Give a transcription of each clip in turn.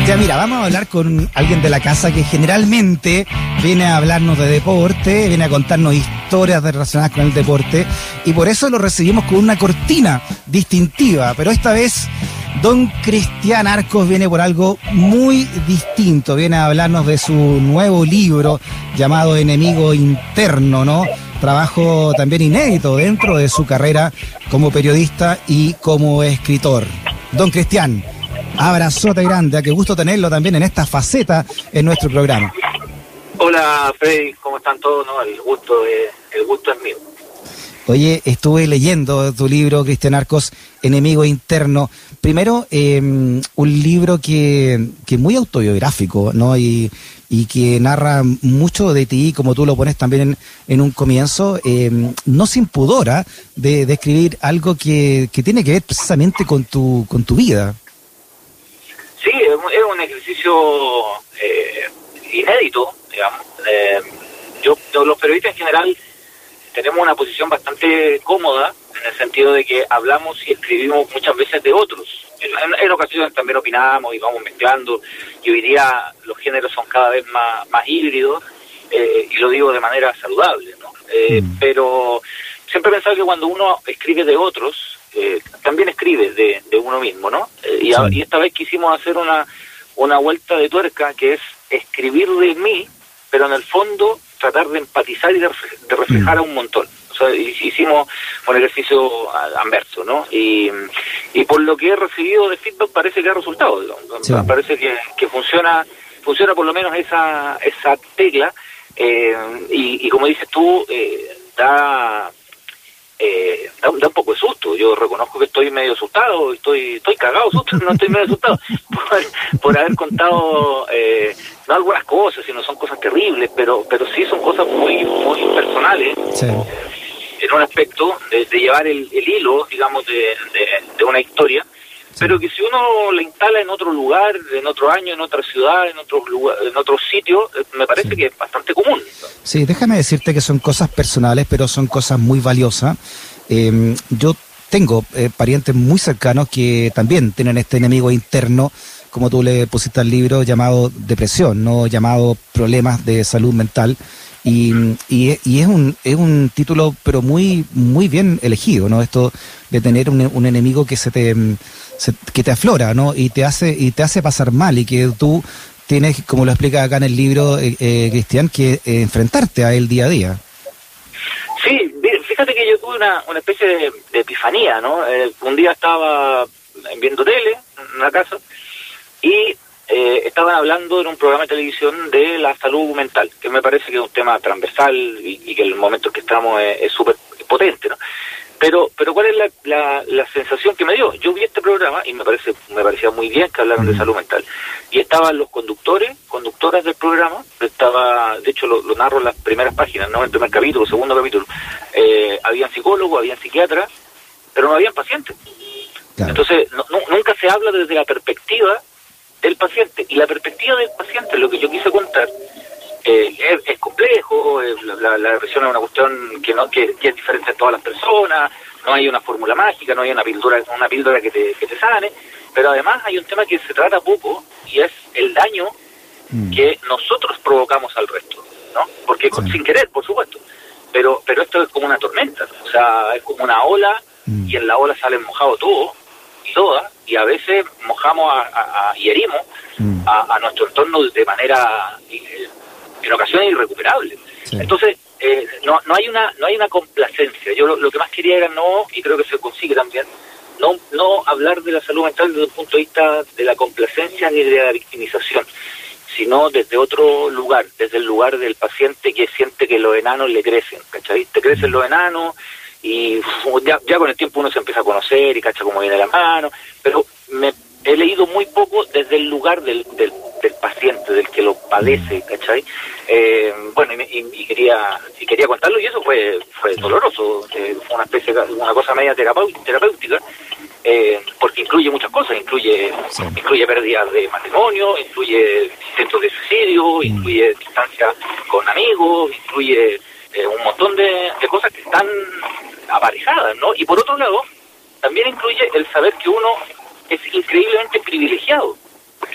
Cristian, mira, vamos a hablar con alguien de la casa que generalmente viene a hablarnos de deporte, viene a contarnos historias relacionadas con el deporte, y por eso lo recibimos con una cortina distintiva, pero esta vez don Cristian Arcos viene por algo muy distinto, viene a hablarnos de su nuevo libro llamado Enemigo Interno, ¿no? Trabajo también inédito dentro de su carrera como periodista y como escritor. Don Cristian, abrazote grande, qué gusto tenerlo también en esta faceta en nuestro programa. Hola Freddy, ¿cómo están todos? No, el gusto es mío. Oye, estuve leyendo tu libro, Cristian Arcos, Enemigo Interno. Primero, un libro que muy autobiográfico, ¿no? Y que narra mucho de ti, como tú lo pones también en un comienzo, no sin pudor de escribir algo que tiene que ver precisamente con tu vida. Sí, es un ejercicio inédito, digamos. Los periodistas en general tenemos una posición bastante cómoda en el sentido de que hablamos y escribimos muchas veces de otros. En ocasiones también opinamos y vamos mezclando, y hoy día los géneros son cada vez más híbridos, y lo digo de manera saludable, ¿no? Pero siempre he pensado que cuando uno escribe de otros, también escribe de uno mismo, ¿no? Y esta vez quisimos hacer una vuelta de tuerca, que es escribir de mí, pero en el fondo tratar de empatizar y de reflejar a un montón. O sea, hicimos un ejercicio anverso, ¿no? Y por lo que he recibido de feedback parece que ha resultado, digamos. Sí. Parece que funciona por lo menos esa tecla, y como dices tú, da un poco de susto. Yo reconozco que estoy medio asustado, estoy cagado de susto, no estoy medio asustado por haber contado no algunas cosas, sino son cosas terribles, pero sí son cosas muy muy personales. Sí. En un aspecto de llevar el hilo, digamos, de una historia, sí. Pero que si uno la instala en otro lugar, en otro año, en otra ciudad, en otro sitio, me parece que es bastante común. Sí, déjame decirte que son cosas personales, pero son cosas muy valiosas. Yo tengo parientes muy cercanos que también tienen este enemigo interno, como tú le pusiste al libro, llamado depresión, no llamado problemas de salud mental. Y es un título pero muy muy bien elegido, ¿no? Esto de tener un enemigo que que te aflora, ¿no? Y te hace pasar mal, y que tú tienes, como lo explica acá en el libro, Cristian, que enfrentarte a él día a día. Sí, fíjate que yo tuve una especie de epifanía, ¿no? Un día estaba viendo tele en la casa y estaban hablando en un programa de televisión de la salud mental, que me parece que es un tema transversal y que el momento en que estamos es súper potente, ¿no? Pero ¿cuál es la sensación que me dio? Yo vi este programa y me parecía muy bien que hablaran de salud mental. Y estaban los conductoras del programa, de hecho lo narro en las primeras páginas, no en el primer capítulo, segundo capítulo. Habían psicólogos, habían psiquiatras, pero no habían pacientes. Claro. Entonces, nunca se habla desde la perspectiva del paciente, y la perspectiva del paciente, lo que yo quise contar, es complejo. La depresión es una cuestión que es diferente en todas las personas, no hay una fórmula mágica, no hay una píldora que te sane, pero además hay un tema que se trata poco, y es el daño que nosotros provocamos al resto, ¿no? Porque sin querer, por supuesto, pero esto es como una tormenta, o sea, es como una ola, y en la ola salen mojados todos y todas, y a veces mojamos y herimos a nuestro entorno de manera en ocasiones irrecuperable. Sí. Entonces no hay una complacencia. Yo lo que más quería era y creo que se consigue también, no hablar de la salud mental desde un punto de vista de la complacencia ni de la victimización, sino desde otro lugar, desde el lugar del paciente que siente que los enanos le crecen, ¿cachai? Te crecen los enanos, y ya con el tiempo uno se empieza a conocer y cacha cómo viene la mano, pero he leído muy poco desde el lugar del paciente, del que lo padece, ¿cachai? Bueno, y quería contarlo, y eso fue doloroso, fue una cosa media terapéutica, porque incluye muchas cosas, incluye pérdidas de matrimonio, incluye intentos de suicidio, incluye distancia con amigos, incluye un montón de cosas que están aparejadas, ¿no? Y por otro lado, también incluye el saber que uno es increíblemente privilegiado, porque esto no se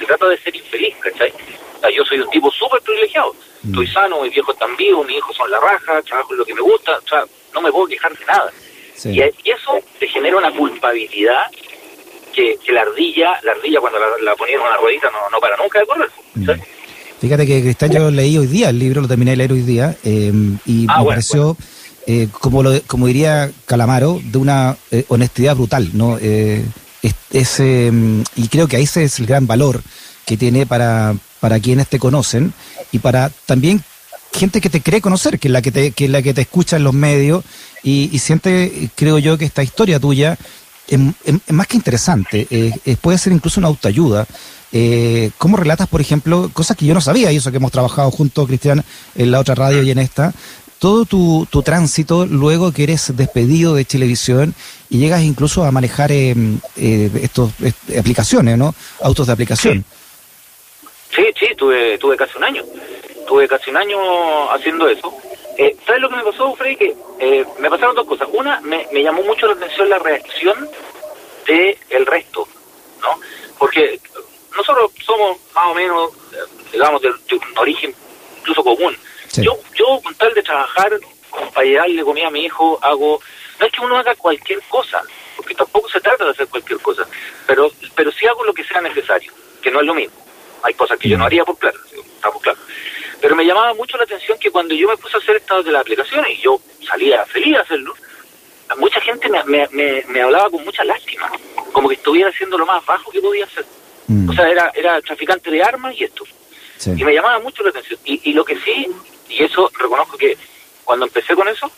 trata de ser infeliz, ¿cachai? O sea, yo soy un tipo súper privilegiado. Estoy sano, mis viejos están vivos, mis hijos son la raja, trabajo en lo que me gusta, o sea, no me puedo quejar de nada. Sí. Y eso te genera una culpabilidad que la ardilla cuando la ponía en una ruedita no para nunca de correr, ¿sabes? Fíjate que, Cristian, yo leí hoy día el libro, lo terminé de leer hoy día, y me pareció, como diría Calamaro, de una honestidad brutal, ¿no? Y creo que ahí ese es el gran valor que tiene para quienes te conocen y para también gente que te cree conocer, que es la que te escucha en los medios y siente, creo yo, que esta historia tuya es más que interesante, puede ser incluso una autoayuda. ¿Cómo relatas, por ejemplo, cosas que yo no sabía, y eso que hemos trabajado juntos, Cristian, en la otra radio y en esta, todo tu tránsito luego que eres despedido de Chilevisión y llegas incluso a manejar aplicaciones, ¿no? Autos de aplicación. Sí, tuve casi un año. Tuve casi un año haciendo eso. ¿Sabes lo que me pasó, Freddy? Que me pasaron dos cosas. Una, me llamó mucho la atención la reacción del resto, ¿no? Porque nosotros somos más o menos, digamos, de un origen incluso común. Sí. Yo con tal de trabajar, para llevarle comida a mi hijo, no es que uno haga cualquier cosa, porque tampoco se trata de hacer cualquier cosa, pero sí hago lo que sea necesario, que no es lo mismo. Hay cosas que yo no haría por plata, estamos claros. Pero me llamaba mucho la atención que cuando yo me puse a hacer estas de las aplicaciones, y yo salía feliz a hacerlo, mucha gente me hablaba con mucha lástima, como que estuviera haciendo lo más bajo que podía hacer. O sea, era traficante de armas y esto. Sí. Y me llamaba mucho la atención. Y lo que sí, y eso reconozco que cuando empecé con eso,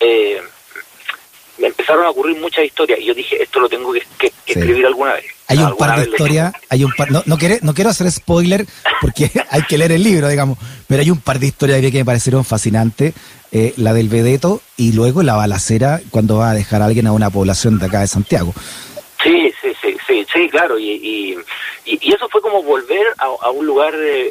me empezaron a ocurrir muchas historias. Y yo dije, esto lo tengo que escribir alguna vez. Hay un par de historias, no quiero hacer spoiler porque hay que leer el libro, digamos, pero hay un par de historias que me parecieron fascinantes. La del vedeto y luego la balacera cuando va a dejar a alguien a una población de acá de Santiago. Sí, claro, y eso fue como volver a un lugar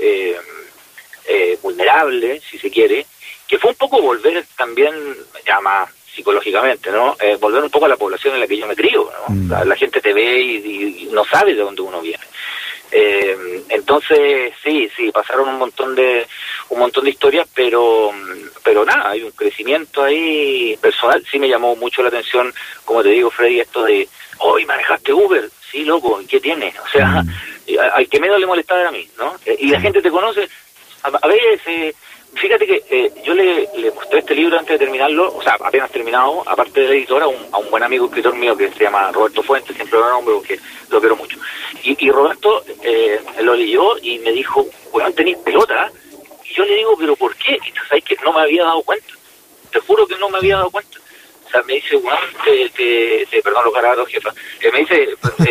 vulnerable, si se quiere, que fue un poco volver también, ya más psicológicamente, ¿no? Volver un poco a la población en la que yo me crío, ¿no? La gente te ve y no sabe de dónde uno viene. Entonces, sí, pasaron un montón de historias, pero nada, hay un crecimiento ahí personal. Sí me llamó mucho la atención, como te digo, Freddy, esto de, hoy manejaste Uber, sí, loco, ¿qué tiene? O sea, al que menos le molestaba era a mí, ¿no? Y la gente te conoce, a veces, fíjate que yo le mostré este libro antes de terminarlo, o sea, apenas terminado, aparte de la editora, a un buen amigo escritor mío que se llama Roberto Fuentes, siempre lo nombro porque lo quiero mucho. Y Roberto lo leyó y me dijo, bueno, tenéis pelota. Y yo le digo, ¿pero por qué? Y tú sabes que no me había dado cuenta. Te juro que no me había dado cuenta. O sea, me dice, bueno, perdón los carabatos, jefa. Me dice,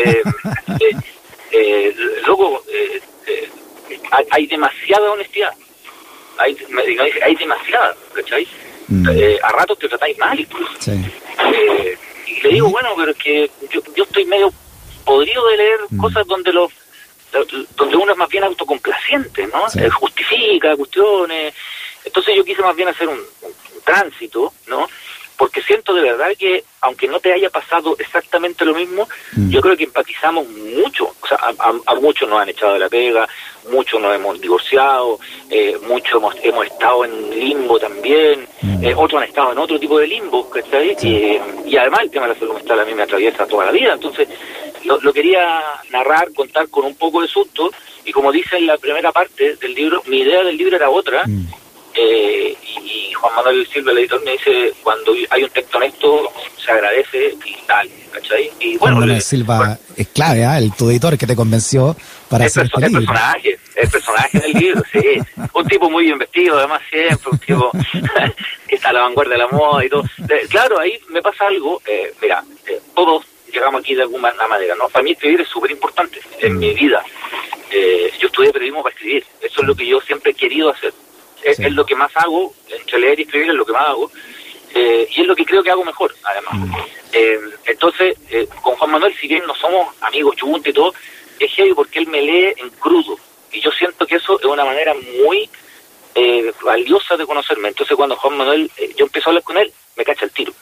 loco, hay demasiada honestidad. Hay demasiada, ¿cachai? A ratos te tratáis mal incluso. Sí. Y le digo, bueno, pero es que yo estoy medio podrido de leer cosas donde uno es más bien autocomplaciente, ¿no? Sí. Justifica cuestiones. Entonces yo quise más bien hacer un tránsito, ¿no? Porque siento de verdad que, aunque no te haya pasado exactamente lo mismo, yo creo que empatizamos mucho. O sea, a muchos nos han echado de la pega, muchos nos hemos divorciado, muchos hemos estado en limbo también, otros han estado en otro tipo de limbo, ¿cachai? Sí. Y además el tema de la salud mental a mí me atraviesa toda la vida. Entonces, lo quería narrar, contar con un poco de susto, y como dice en la primera parte del libro, mi idea del libro era otra. Y Juan Manuel Silva, el editor, me dice, cuando hay un texto honesto se agradece y tal, ¿cachai? Y bueno, Juan Manuel Silva es clave, tu editor que te convenció para hacer este libro. El personaje del libro, sí, un tipo muy bien vestido, además siempre, un tipo que está a la vanguardia de la moda y todo. Claro, ahí me pasa algo, mira, todos llegamos aquí de alguna manera, ¿no? Para mí escribir es súper importante en mi vida. Yo estudié periodismo para escribir, eso es lo que yo siempre he querido hacer. Es lo que más hago, entre leer y escribir es lo que más hago, y es lo que creo que hago mejor, además. Entonces, con Juan Manuel, si bien no somos amigos juntos y todo, es heavy porque él me lee en crudo, y yo siento que eso es una manera muy valiosa de conocerme. Entonces, cuando Juan Manuel, yo empiezo a hablar con él, me cacha el tiro.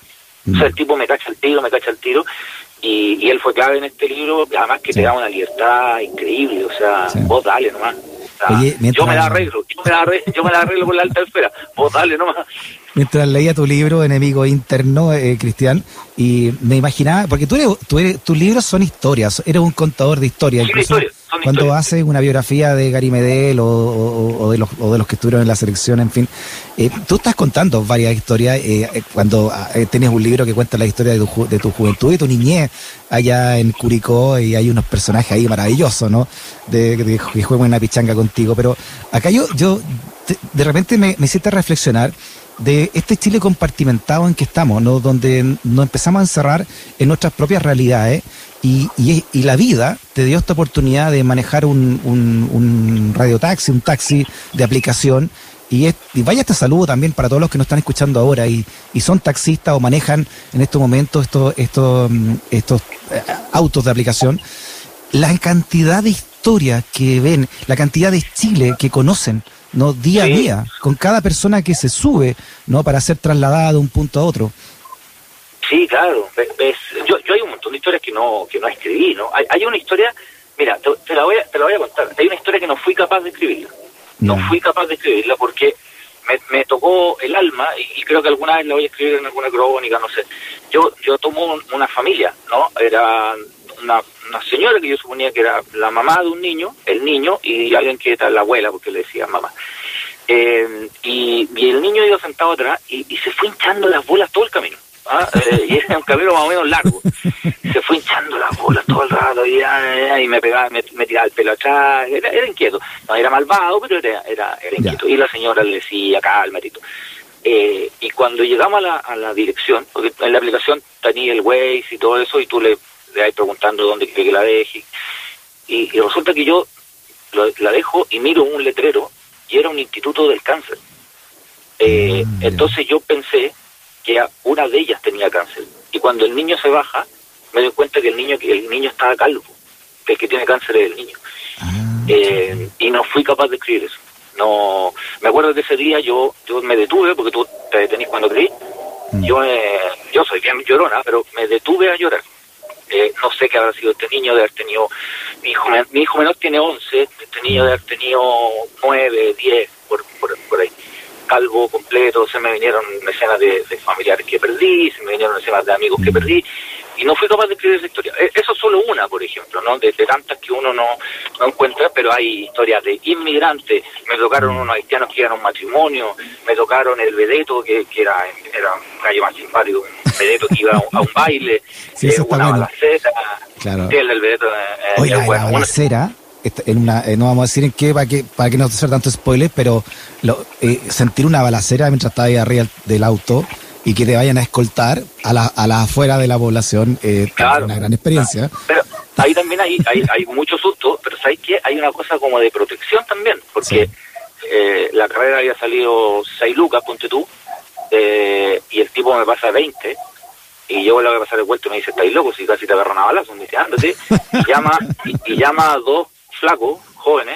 O sea, el tipo me cacha el tiro, y él fue clave en este libro, además que te da una libertad increíble, o sea, vos dale nomás. O sea, Oye, yo me la arreglo con la alta esfera, vos dale nomás. Mientras leía tu libro, Enemigo Interno, Cristian, y me imaginaba, porque tus libros son historias, eres un contador de historias. Cuando haces una biografía de Gary Medel o de los que estuvieron en la selección, en fin, tú estás contando varias historias cuando tienes un libro que cuenta la historia de tu juventud y tu niñez allá en Curicó, y hay unos personajes ahí maravillosos, ¿no? Que juegan una pichanga contigo, pero acá yo de repente me hiciste reflexionar de este Chile compartimentado en que estamos, ¿no? Donde nos empezamos a encerrar en nuestras propias realidades, y la vida te dio esta oportunidad de manejar un radiotaxi, un taxi de aplicación, y vaya este saludo también para todos los que nos están escuchando ahora y son taxistas o manejan en estos momentos estos autos de aplicación. La cantidad de historias que ven, la cantidad de Chile que conocen, ¿no? Día a día, con cada persona que se sube, ¿no? Para ser trasladada de un punto a otro. Sí, claro. Yo hay un montón de historias que no escribí, ¿no? Hay una historia, mira, te la voy a contar. Hay una historia que no fui capaz de escribirla. No fui capaz de escribirla porque me tocó el alma, y creo que alguna vez la voy a escribir en alguna crónica, no sé. Yo tomo una familia, ¿no? Era una señora que yo suponía que era la mamá de un niño, el niño, y alguien que era la abuela, porque le decía mamá. Y el niño iba sentado atrás y se fue hinchando las bolas todo el camino. Y era un camino más o menos largo. Se fue hinchando las bolas todo el rato y me pegaba, me tiraba el pelo atrás. Era inquieto. No era malvado, pero era inquieto. Y la señora le decía, cálmate. Y cuando llegamos a la dirección, porque en la aplicación tenía el Waze y todo eso, y tú le vas preguntando dónde quiere que la deje. Y resulta que yo la dejo y miro un letrero, y era un instituto del cáncer. Entonces yo pensé que una de ellas tenía cáncer, y cuando el niño se baja me doy cuenta que el niño estaba calvo, que el que tiene cáncer es el niño. Y no fui capaz de escribir eso. No me acuerdo que ese día yo me detuve, porque tú te detenís cuando creí. Yo soy bien llorona, pero me detuve a llorar. No sé qué habrá sido este niño, de haber tenido, mi hijo menor tiene 11, este niño de haber tenido 9, 10, por ahí. Calvo completo, se me vinieron escenas de familiares que perdí, se me vinieron escenas de amigos que perdí, y no fui capaz de escribir esa historia. Eso es solo una, por ejemplo, ¿no? De tantas que uno no encuentra, pero hay historias de inmigrantes. Me tocaron unos haitianos que iban a un matrimonio, me tocaron el vedeto, que era un gallo más simpático, un vedeto que iba a un baile, una balacera. Claro. El vedeto, oye, la balacera, no vamos a decir en qué, para que no sea tanto spoiler, pero sentir una balacera mientras estás ahí arriba del auto y que te vayan a escoltar a la afuera de la población, claro, es una gran experiencia. Claro. Pero ahí también hay mucho susto, pero ¿sabes qué? Hay una cosa como de protección también, porque la carrera había salido 6 lucas, ponte tú, y el tipo me pasa 20, y yo le voy a pasar el vuelto y me dice, estáis locos, si casi te agarran a balazos, me dice, ándate, y llama a 2 flacos, jóvenes,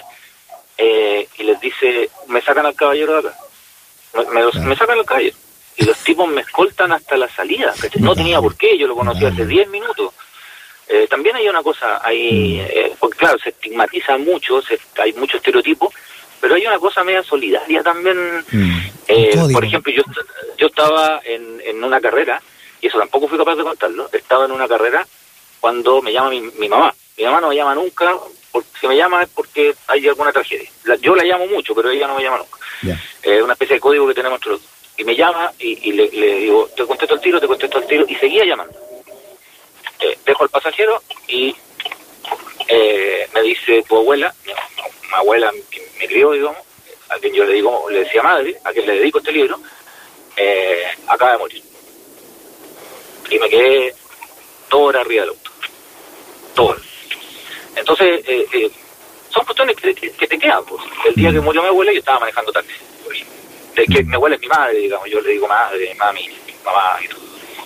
y les dice, me sacan al caballero de acá, me sacan al caballero, y los tipos me escoltan hasta la salida, ¿cachai? No tenía por qué, yo lo conocí hace 10 minutos. También hay una cosa ahí, porque claro, se estigmatiza mucho, hay mucho estereotipo, pero hay una cosa media solidaria también. Por ejemplo, yo estaba en una carrera, y eso tampoco fui capaz de contarlo, estaba en una carrera cuando me llama mi mamá. Mi mamá no me llama nunca, porque si me llama es porque hay alguna tragedia. Yo la llamo mucho, pero ella no me llama nunca. Es una especie de código que tenemos entre los dos. Y me llama y le digo, te contesto al tiro, y seguía llamando. Dejo al pasajero y me dice, tu abuela, mi abuela que me crió, digamos, a quien yo le decía madre, a quien le dedico este libro, acaba de morir. Y me quedé 2 horas arriba del auto. 2 horas. Entonces, son cuestiones que te quedan, pues. El día que murió mi abuela yo estaba manejando taxi, por ejemplo. Que mi abuela es mi madre, digamos, yo le digo madre, mami, mamá y todo.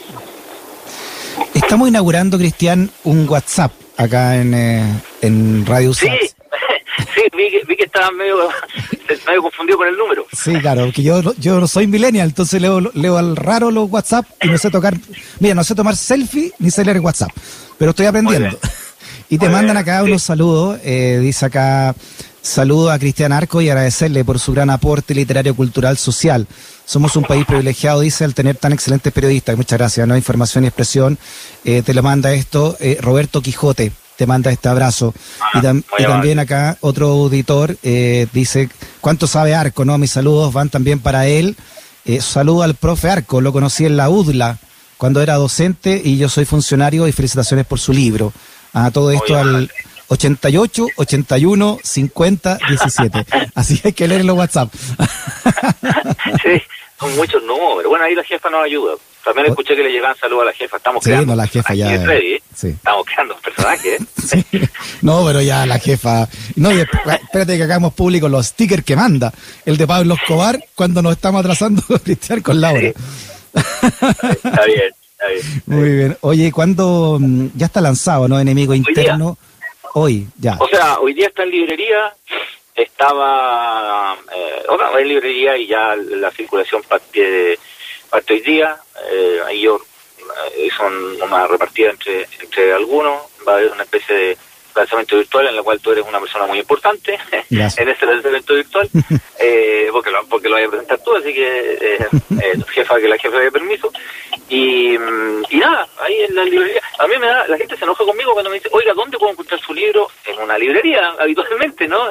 Estamos inaugurando, Cristian, un WhatsApp acá en Radio Sí, USACH. sí, vi que estaba medio confundido con el número. Sí, claro, porque yo no soy millennial, entonces leo al raro los WhatsApp y no sé tocar. Mira, no sé tomar selfie ni sé leer WhatsApp, pero estoy aprendiendo. Y te mandan acá unos saludos, dice acá, saludo a Cristian Arcos y agradecerle por su gran aporte literario, cultural, social. Somos un país privilegiado, dice, al tener tan excelentes periodistas. Muchas gracias, ¿no? Información y expresión. Te lo manda esto Roberto Quijote, te manda este abrazo. Y también acá otro auditor dice, ¿cuánto sabe Arco? ¿No? Mis saludos van también para él. Saludo al profe Arco, lo conocí en la UDLA cuando era docente y yo soy funcionario y felicitaciones por su libro. Todo esto al 88, 81, 50, 17. Así hay que leer los WhatsApp. Sí, son muchos números. Bueno, ahí la jefa nos ayuda. También escuché que le llegaban saludos a la jefa. Estamos creando. Sí, no, la jefa ya. Sí. Estamos creando personajes. Sí. No, pero ya la jefa. No, y espérate que hagamos público los stickers que manda. El de Pablo Escobar cuando nos estamos atrasando Cristian con Laura. Sí. Está bien. Muy bien. Oye, ¿cuándo ya está lanzado, no? Enemigo Interno. Hoy, ya. O sea, hoy día está en librería, estaba en librería y ya la circulación parte hoy día. Ahí yo hice una repartida entre algunos. Va a haber una especie de lanzamiento virtual en la cual tú eres una persona muy importante en ese lanzamiento virtual, porque lo voy a presentar tú, así que que la jefa dé permiso. Y nada, ahí en la librería, a mí la gente se enoja conmigo cuando me dice, oiga, ¿dónde puedo encontrar su libro? En una librería, habitualmente, ¿no?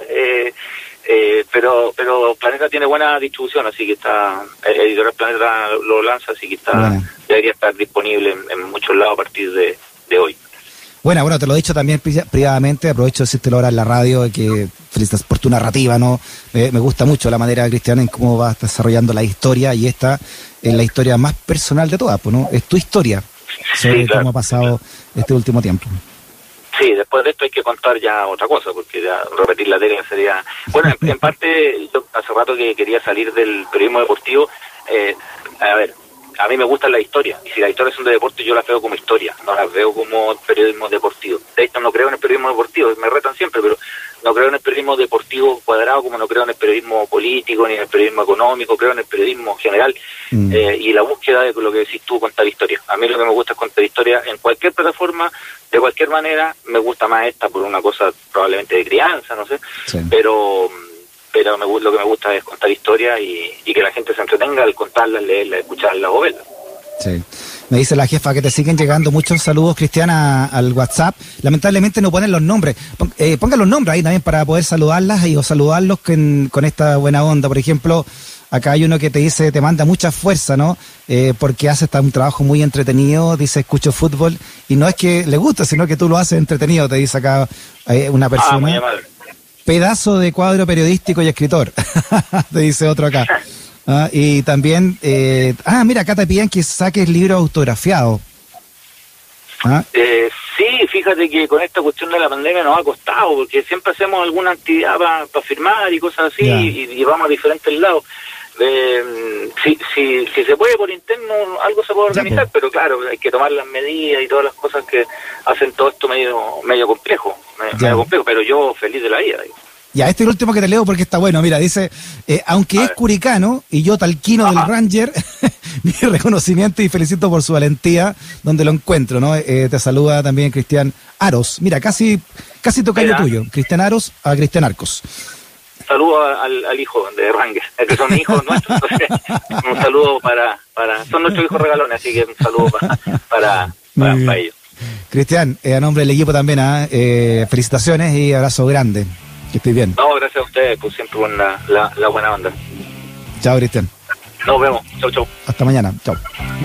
Pero Planeta tiene buena distribución, así que está, Editorial Planeta lo lanza, así que debería estar disponible en muchos lados a partir de hoy. Bueno, te lo he dicho también privadamente, aprovecho de decirte ahora en la radio, que felicitas por tu narrativa, ¿no? Me gusta mucho la manera, Cristian, en cómo vas desarrollando la historia, y esta es la historia más personal de todas, ¿no? Es tu historia sobre cómo ha pasado este último tiempo. Sí, después de esto hay que contar ya otra cosa, porque ya repetir la tele sería... Bueno, en parte, yo hace rato que quería salir del periodismo deportivo. A ver, a mí me gustan las historias, y si las historias son de deporte, yo las veo como historia, no las veo como periodismo deportivo. De hecho, no creo en el periodismo deportivo, me retan siempre, pero no creo en el periodismo deportivo cuadrado, como no creo en el periodismo político, ni en el periodismo económico, creo en el periodismo general, y la búsqueda de lo que decís tú, contar historias. A mí lo que me gusta es contar historias en cualquier plataforma, de cualquier manera. Me gusta más esta por una cosa probablemente de crianza, no sé, pero lo que me gusta es contar historias y que la gente se entretenga al contarlas, leerlas, escucharlas o verlas. Sí. Me dice la jefa que te siguen llegando muchos saludos, Cristiana, al WhatsApp. Lamentablemente no ponen los nombres. Pongan los nombres ahí también para poder saludarlas o saludarlos con esta buena onda. Por ejemplo, acá hay uno que te dice, te manda mucha fuerza, ¿no? Porque hace un trabajo muy entretenido, dice, escucho fútbol, y no es que le gusta, sino que tú lo haces entretenido, te dice acá una persona. Muy amable. Pedazo de cuadro periodístico y escritor, te dice otro acá. Y también, mira, acá te piden que saques libros autografiados. Sí, fíjate que con esta cuestión de la pandemia nos ha costado, porque siempre hacemos alguna actividad para firmar y cosas así, y vamos a diferentes lados. Si se puede por interno, algo se puede organizar, pero claro, hay que tomar las medidas y todas las cosas que hacen todo esto medio complejo, pero yo feliz de la vida. Ya, este es el último que te leo porque está bueno. Mira, dice, aunque es curicano y yo talquino del Ranger, mi reconocimiento y felicito por su valentía donde lo encuentro, ¿no? Te saluda también Cristian Aros. Mira, casi tocayo tuyo. Cristian Aros a Cristian Arcos. Saludo al hijo de Ranger, que son hijos nuestros. Un saludo para son nuestros hijos regalones, así que un saludo para ellos. Cristian, a nombre del equipo también, felicitaciones y abrazo grande. Que estés bien. No, gracias a ustedes, pues siempre con la buena onda. Chao, Cristian. Nos vemos. Chau. Hasta mañana. Chao.